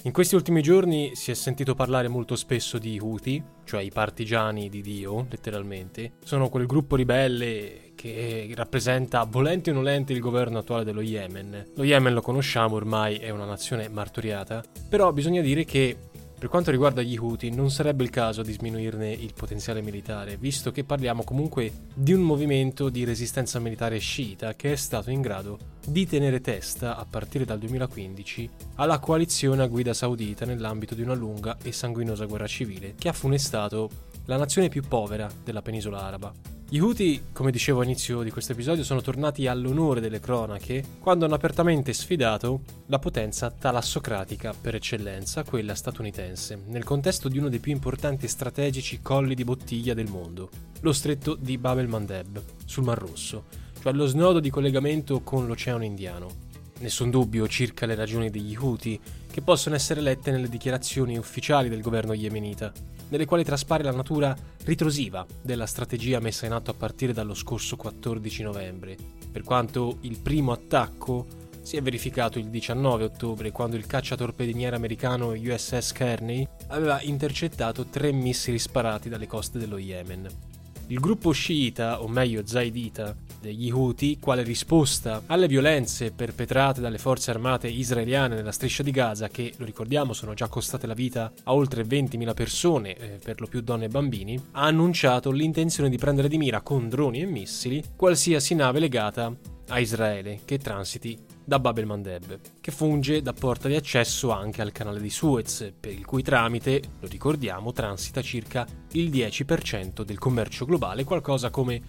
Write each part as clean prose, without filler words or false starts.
In questi ultimi giorni si è sentito parlare molto spesso di Houthi, cioè i partigiani di Dio, letteralmente. Sono quel gruppo ribelle che rappresenta, volenti o nolenti, il governo attuale dello Yemen. Lo Yemen lo conosciamo, ormai è una nazione martoriata, però bisogna dire che per quanto riguarda gli Houthi non sarebbe il caso di sminuirne il potenziale militare, visto che parliamo comunque di un movimento di resistenza militare sciita che è stato in grado di tenere testa, a partire dal 2015, alla coalizione a guida saudita nell'ambito di una lunga e sanguinosa guerra civile che ha funestato la nazione più povera della penisola araba. Gli Houthi, come dicevo all'inizio di questo episodio, sono tornati all'onore delle cronache quando hanno apertamente sfidato la potenza talassocratica per eccellenza, quella statunitense, nel contesto di uno dei più importanti e strategici colli di bottiglia del mondo, lo stretto di Bab el-Mandeb, sul Mar Rosso, cioè lo snodo di collegamento con l'Oceano Indiano. Nessun dubbio circa le ragioni degli Houthi, che possono essere lette nelle dichiarazioni ufficiali del governo yemenita, nelle quali traspare la natura ritrosiva della strategia messa in atto a partire dallo scorso 14 novembre, per quanto il primo attacco si è verificato il 19 ottobre, quando il cacciatorpediniere americano USS Kearney aveva intercettato 3 missili sparati dalle coste dello Yemen. Il gruppo sciita, o meglio zaidita, degli Houthi, quale risposta alle violenze perpetrate dalle forze armate israeliane nella striscia di Gaza, che, lo ricordiamo, sono già costate la vita a oltre 20.000 persone, per lo più donne e bambini, ha annunciato l'intenzione di prendere di mira con droni e missili qualsiasi nave legata a Israele che transiti da Bab el-Mandeb, che funge da porta di accesso anche al canale di Suez, per il cui tramite, lo ricordiamo, transita circa il 10% del commercio globale, qualcosa come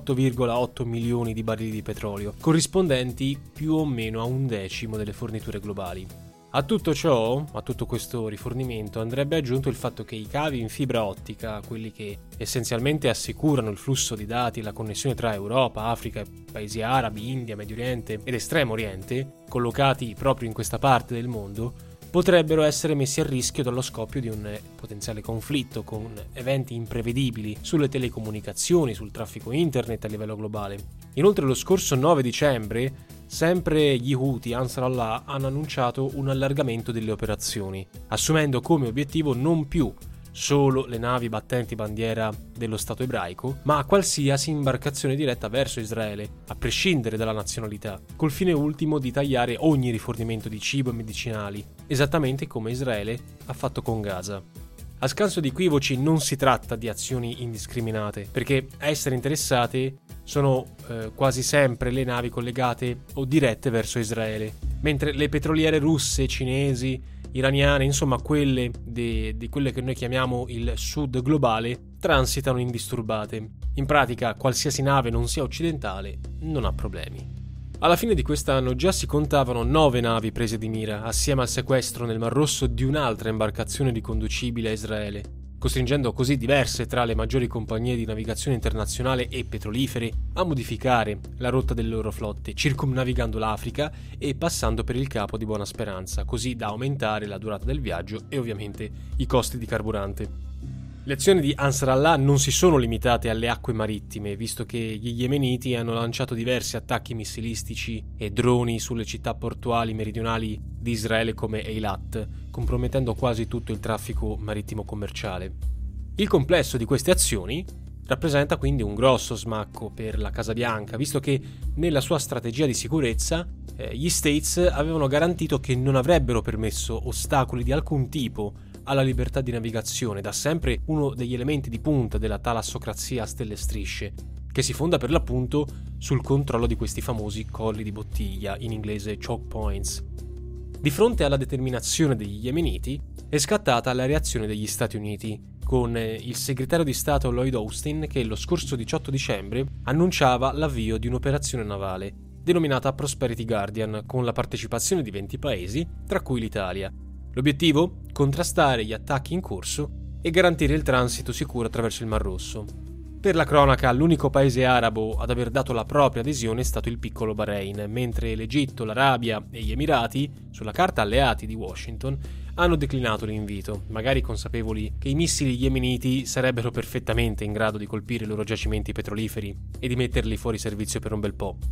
8,8 milioni di barili di petrolio, corrispondenti più o meno a 1/10 delle forniture globali. A tutto ciò, a tutto questo rifornimento, andrebbe aggiunto il fatto che i cavi in fibra ottica, quelli che essenzialmente assicurano il flusso di dati e la connessione tra Europa, Africa, paesi arabi, India, Medio Oriente ed Estremo Oriente, collocati proprio in questa parte del mondo, potrebbero essere messi a rischio dallo scoppio di un potenziale conflitto con eventi imprevedibili sulle telecomunicazioni, sul traffico internet a livello globale. Inoltre lo scorso 9 dicembre, sempre gli Houthi Ansar Allah hanno annunciato un allargamento delle operazioni, assumendo come obiettivo non più solo le navi battenti bandiera dello Stato ebraico, ma qualsiasi imbarcazione diretta verso Israele, a prescindere dalla nazionalità, col fine ultimo di tagliare ogni rifornimento di cibo e medicinali, esattamente come Israele ha fatto con Gaza. A scanso di equivoci non si tratta di azioni indiscriminate, perché a essere interessate sono quasi sempre le navi collegate o dirette verso Israele, mentre le petroliere russe, cinesi, iraniane, insomma quelle di quelle che noi chiamiamo il sud globale, transitano indisturbate. In pratica qualsiasi nave non sia occidentale non ha problemi. Alla fine di quest'anno già si contavano 9 navi prese di mira, assieme al sequestro nel Mar Rosso di un'altra imbarcazione riconducibile a Israele, costringendo così diverse tra le maggiori compagnie di navigazione internazionale e petrolifere a modificare la rotta delle loro flotte, circumnavigando l'Africa e passando per il Capo di Buona Speranza, così da aumentare la durata del viaggio e ovviamente i costi di carburante. Le azioni di Ansar Allah non si sono limitate alle acque marittime, visto che gli yemeniti hanno lanciato diversi attacchi missilistici e droni sulle città portuali meridionali di Israele come Eilat, compromettendo quasi tutto il traffico marittimo commerciale. Il complesso di queste azioni rappresenta quindi un grosso smacco per la Casa Bianca, visto che nella sua strategia di sicurezza gli States avevano garantito che non avrebbero permesso ostacoli di alcun tipo alla libertà di navigazione, da sempre uno degli elementi di punta della talassocrazia a stelle e strisce, che si fonda per l'appunto sul controllo di questi famosi colli di bottiglia, in inglese choke points. Di fronte alla determinazione degli yemeniti è scattata la reazione degli Stati Uniti, con il segretario di Stato Lloyd Austin che lo scorso 18 dicembre annunciava l'avvio di un'operazione navale, denominata Prosperity Guardian, con la partecipazione di 20 paesi, tra cui l'Italia. L'obiettivo? Contrastare gli attacchi in corso e garantire il transito sicuro attraverso il Mar Rosso. Per la cronaca, l'unico paese arabo ad aver dato la propria adesione è stato il piccolo Bahrain, mentre l'Egitto, l'Arabia e gli Emirati, sulla carta alleati di Washington, hanno declinato l'invito, magari consapevoli che i missili yemeniti sarebbero perfettamente in grado di colpire i loro giacimenti petroliferi e di metterli fuori servizio per un bel po'.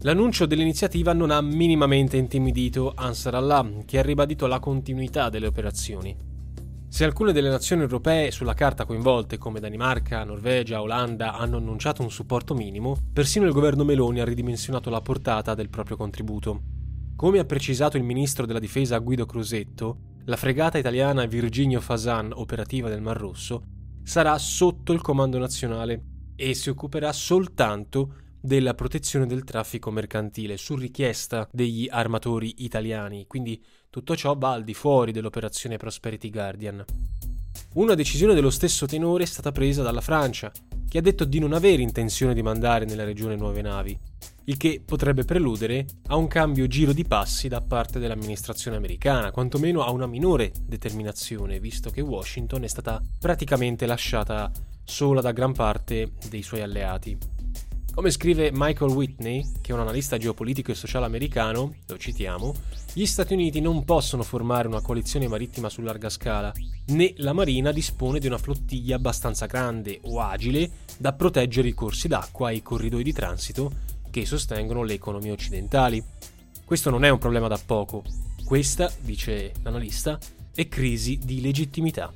L'annuncio dell'iniziativa non ha minimamente intimidito Ansar Allah, che ha ribadito la continuità delle operazioni. Se alcune delle nazioni europee sulla carta coinvolte, come Danimarca, Norvegia, Olanda, hanno annunciato un supporto minimo, persino il governo Meloni ha ridimensionato la portata del proprio contributo. Come ha precisato il ministro della difesa Guido Crosetto, la fregata italiana Virginio Fasan, operativa nel Mar Rosso, sarà sotto il comando nazionale e si occuperà soltanto della protezione del traffico mercantile su richiesta degli armatori italiani, quindi tutto ciò va al di fuori dell'operazione Prosperity Guardian. Una decisione dello stesso tenore è stata presa dalla Francia, che ha detto di non avere intenzione di mandare nella regione nuove navi, il che potrebbe preludere a un cambio giro di passi da parte dell'amministrazione americana, quantomeno a una minore determinazione, visto che Washington è stata praticamente lasciata sola da gran parte dei suoi alleati. Come scrive Michael Whitney, che è un analista geopolitico e sociale americano, lo citiamo, gli Stati Uniti non possono formare una coalizione marittima su larga scala, né la Marina dispone di una flottiglia abbastanza grande o agile da proteggere i corsi d'acqua e i corridoi di transito che sostengono le economie occidentali. Questo non è un problema da poco. Questa, dice l'analista, è crisi di legittimità.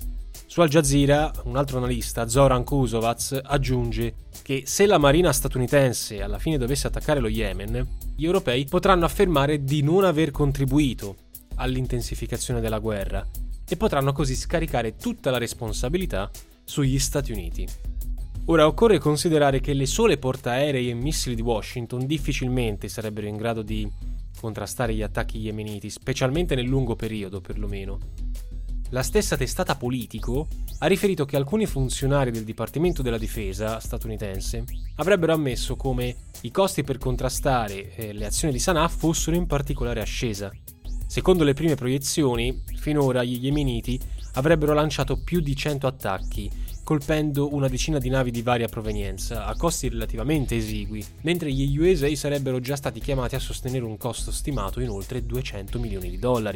Su Al Jazeera, un altro analista, Zoran Kuzovac, aggiunge che se la marina statunitense alla fine dovesse attaccare lo Yemen, gli europei potranno affermare di non aver contribuito all'intensificazione della guerra e potranno così scaricare tutta la responsabilità sugli Stati Uniti. Ora occorre considerare che le sole portaerei e missili di Washington difficilmente sarebbero in grado di contrastare gli attacchi yemeniti, specialmente nel lungo periodo perlomeno. La stessa testata Politico ha riferito che alcuni funzionari del Dipartimento della Difesa statunitense avrebbero ammesso come i costi per contrastare le azioni di Sana'a fossero in particolare ascesa. Secondo le prime proiezioni, finora gli yemeniti avrebbero lanciato più di 100 attacchi, colpendo una decina di navi di varia provenienza, a costi relativamente esigui, mentre gli USA sarebbero già stati chiamati a sostenere un costo stimato in oltre $200 milioni.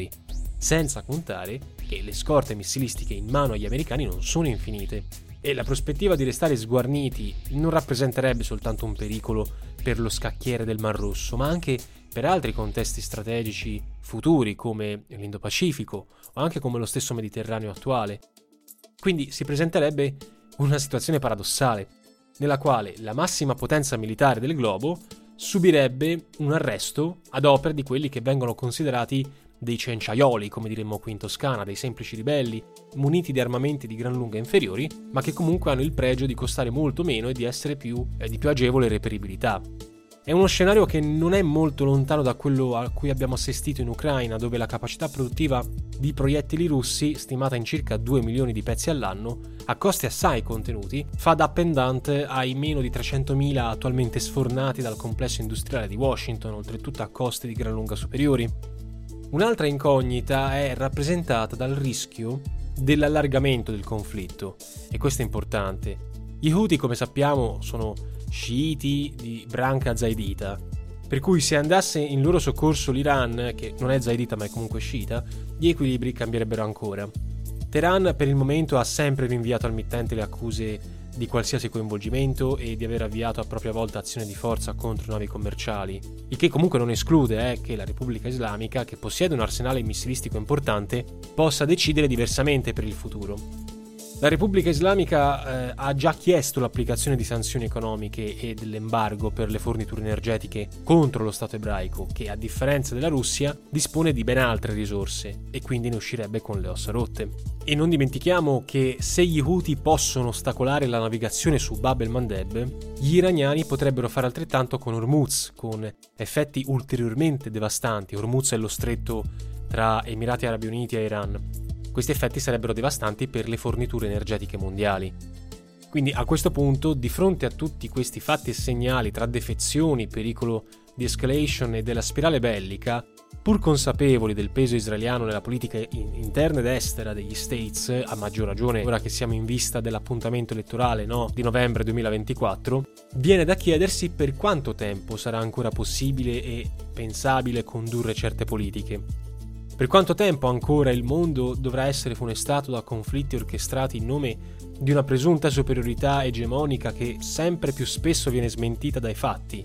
Senza contare che le scorte missilistiche in mano agli americani non sono infinite e la prospettiva di restare sguarniti non rappresenterebbe soltanto un pericolo per lo scacchiere del Mar Rosso, ma anche per altri contesti strategici futuri come l'Indo-Pacifico o anche come lo stesso Mediterraneo attuale. Quindi si presenterebbe una situazione paradossale, nella quale la massima potenza militare del globo subirebbe un arresto ad opera di quelli che vengono considerati dei cenciaioli, come diremmo qui in Toscana, dei semplici ribelli, muniti di armamenti di gran lunga inferiori, ma che comunque hanno il pregio di costare molto meno e di essere di più agevole reperibilità. È uno scenario che non è molto lontano da quello a cui abbiamo assistito in Ucraina, dove la capacità produttiva di proiettili russi, stimata in circa 2 milioni di pezzi all'anno, a costi assai contenuti, fa da pendante ai meno di 300.000 attualmente sfornati dal complesso industriale di Washington, oltretutto a costi di gran lunga superiori. Un'altra incognita è rappresentata dal rischio dell'allargamento del conflitto, e questo è importante. Gli Houthi, come sappiamo, sono sciiti di branca zaidita, per cui se andasse in loro soccorso l'Iran, che non è zaidita ma è comunque sciita, gli equilibri cambierebbero ancora. Teheran per il momento ha sempre rinviato al mittente le accuse di qualsiasi coinvolgimento e di aver avviato a propria volta azioni di forza contro navi commerciali, il che comunque non esclude che la Repubblica Islamica, che possiede un arsenale missilistico importante, possa decidere diversamente per il futuro. La Repubblica Islamica ha già chiesto l'applicazione di sanzioni economiche e dell'embargo per le forniture energetiche contro lo Stato ebraico, che a differenza della Russia dispone di ben altre risorse e quindi ne uscirebbe con le ossa rotte. E non dimentichiamo che se gli Houthi possono ostacolare la navigazione su Bab el-Mandeb, gli iraniani potrebbero fare altrettanto con Hormuz, con effetti ulteriormente devastanti. Hormuz è lo stretto tra Emirati Arabi Uniti e Iran. Questi effetti sarebbero devastanti per le forniture energetiche mondiali. Quindi a questo punto, di fronte a tutti questi fatti e segnali tra defezioni, pericolo di escalation e della spirale bellica, pur consapevoli del peso israeliano nella politica interna ed estera degli States, a maggior ragione ora che siamo in vista dell'appuntamento elettorale di novembre 2024, viene da chiedersi per quanto tempo sarà ancora possibile e pensabile condurre certe politiche. Per quanto tempo ancora il mondo dovrà essere funestato da conflitti orchestrati in nome di una presunta superiorità egemonica che sempre più spesso viene smentita dai fatti?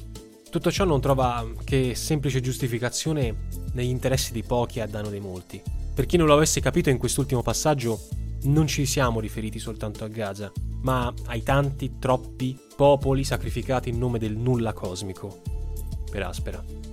Tutto ciò non trova che semplice giustificazione negli interessi di pochi a danno dei molti. Per chi non lo avesse capito, in quest'ultimo passaggio non ci siamo riferiti soltanto a Gaza, ma ai tanti, troppi popoli sacrificati in nome del nulla cosmico per Aspera.